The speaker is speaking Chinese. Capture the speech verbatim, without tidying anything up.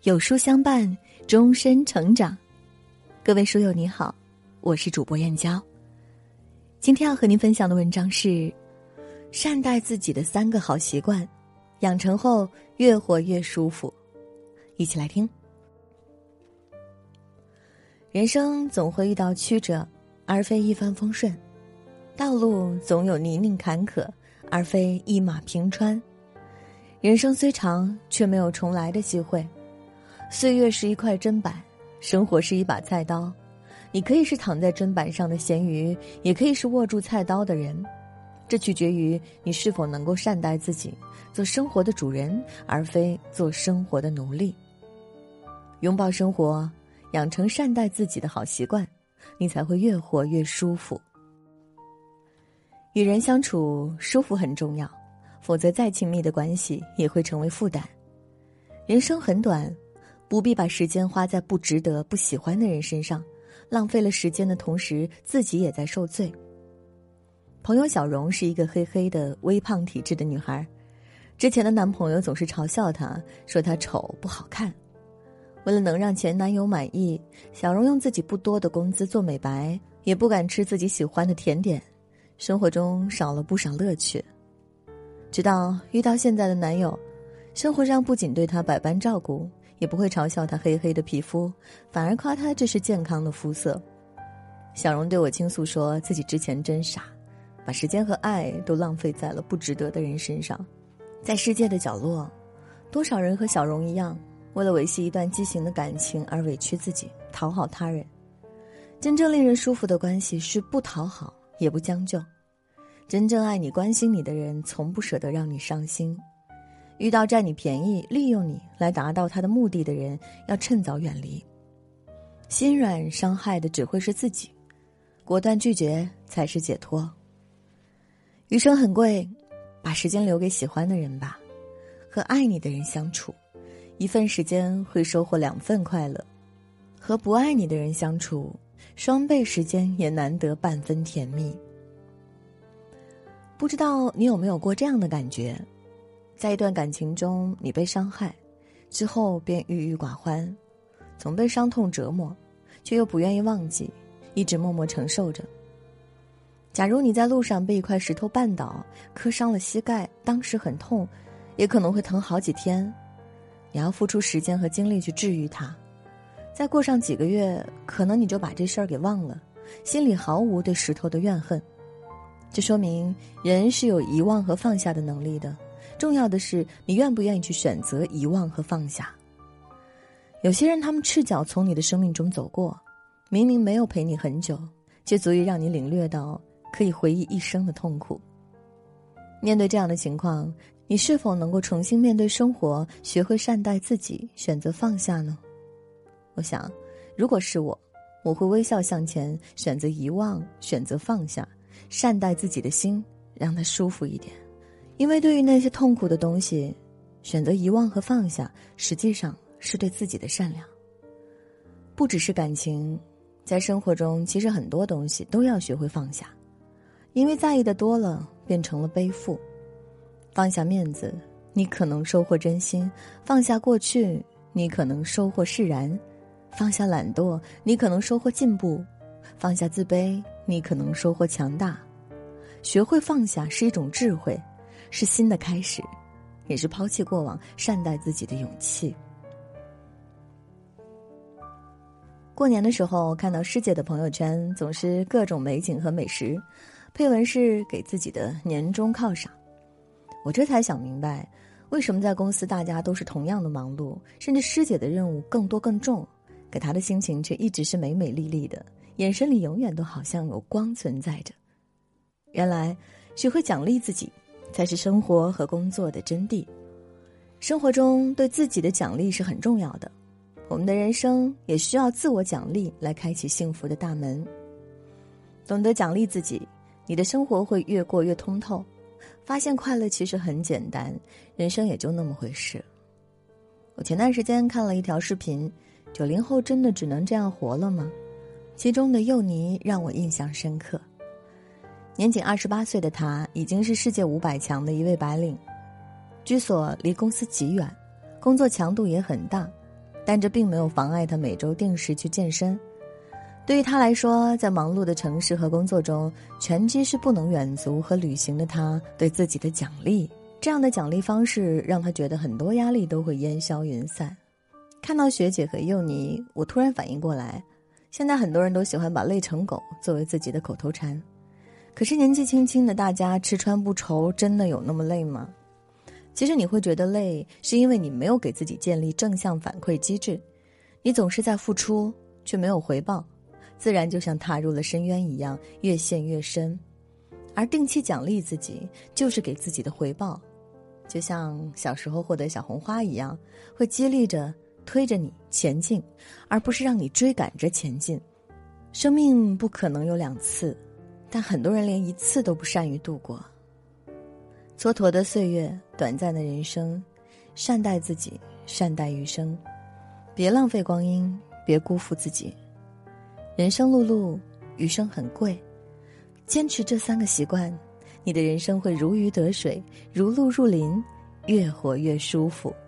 有书相伴，终身成长。各位书友你好，我是主播燕娇。今天要和您分享的文章是善待自己的三个好习惯，养成后越活越舒服。一起来听。人生总会遇到曲折，而非一帆风顺；道路总有泥泞坎坷，而非一马平川。人生虽长，却没有重来的机会。岁月是一块砧板，生活是一把菜刀。你可以是躺在砧板上的咸鱼，也可以是握住菜刀的人。这取决于你是否能够善待自己，做生活的主人，而非做生活的奴隶。拥抱生活，养成善待自己的好习惯，你才会越活越舒服。与人相处，舒服很重要，否则再亲密的关系也会成为负担。人生很短，不必把时间花在不值得、不喜欢的人身上，浪费了时间的同时，自己也在受罪。朋友小荣是一个黑黑的微胖体质的女孩，之前的男朋友总是嘲笑她，说她丑不好看。为了能让前男友满意，小荣用自己不多的工资做美白，也不敢吃自己喜欢的甜点，生活中少了不少乐趣。直到遇到现在的男友，生活上不仅对她百般照顾，也不会嘲笑她黑黑的皮肤，反而夸她这是健康的肤色。小荣对我倾诉说，自己之前真傻，把时间和爱都浪费在了不值得的人身上。在世界的角落，多少人和小荣一样，为了维系一段畸形的感情而委屈自己，讨好他人。真正令人舒服的关系是不讨好，也不将就。真正爱你、关心你的人，从不舍得让你伤心。遇到占你便宜、利用你来达到他的目的的人，要趁早远离。心软伤害的只会是自己，果断拒绝才是解脱。余生很贵，把时间留给喜欢的人吧。和爱你的人相处，一份时间会收获两份快乐；和不爱你的人相处，双倍时间也难得半分甜蜜。不知道你有没有过这样的感觉，在一段感情中，你被伤害之后便郁郁寡欢，总被伤痛折磨，却又不愿意忘记，一直默默承受着。假如你在路上被一块石头绊倒，磕伤了膝盖，当时很痛，也可能会疼好几天。你要付出时间和精力去治愈它，再过上几个月，可能你就把这事儿给忘了，心里毫无对石头的怨恨。这说明人是有遗忘和放下的能力的，重要的是你愿不愿意去选择遗忘和放下。有些人他们赤脚从你的生命中走过，明明没有陪你很久，却足以让你领略到可以回忆一生的痛苦。面对这样的情况，你是否能够重新面对生活，学会善待自己，选择放下呢？我想，如果是我，我会微笑向前，选择遗忘，选择放下，善待自己的心，让它舒服一点。因为对于那些痛苦的东西，选择遗忘和放下，实际上是对自己的善良。不只是感情，在生活中其实很多东西都要学会放下，因为在意的多了，变成了背负。放下面子，你可能收获真心；放下过去，你可能收获释然；放下懒惰，你可能收获进步；放下自卑，你可能收获强大。学会放下是一种智慧，是新的开始，也是抛弃过往、善待自己的勇气。过年的时候，看到师姐的朋友圈总是各种美景和美食，配文是给自己的年终犒赏。我这才想明白，为什么在公司大家都是同样的忙碌，甚至师姐的任务更多更重，可她的心情却一直是美美丽丽的，眼神里永远都好像有光存在着。原来学会奖励自己才是生活和工作的真谛。生活中对自己的奖励是很重要的，我们的人生也需要自我奖励来开启幸福的大门。懂得奖励自己，你的生活会越过越通透，发现快乐其实很简单，人生也就那么回事。我前段时间看了一条视频，九零后真的只能这样活了吗？其中的幼妮让我印象深刻。年仅二十八岁的她已经是世界五百强的一位白领，居所离公司极远，工作强度也很大， 但这并没有妨碍他每周定时去健身。对于他来说，在忙碌的城市和工作中，拳击是不能远足和旅行的他对自己的奖励。这样的奖励方式让他觉得很多压力都会烟消云散。看到学姐和幼妮，我突然反应过来，现在很多人都喜欢把累成狗作为自己的口头禅。可是年纪轻轻的大家吃穿不愁，真的有那么累吗？其实你会觉得累，是因为你没有给自己建立正向反馈机制，你总是在付出，却没有回报，自然就像踏入了深渊一样，越陷越深。而定期奖励自己，就是给自己的回报，就像小时候获得小红花一样，会激励着推着你前进，而不是让你追赶着前进。生命不可能有两次，但很多人连一次都不善于度过。蹉跎的岁月，短暂的人生，善待自己，善待余生，别浪费光阴，别辜负自己。人生碌碌，余生很贵，坚持这三个习惯，你的人生会如鱼得水，如鹿入林，越活越舒服。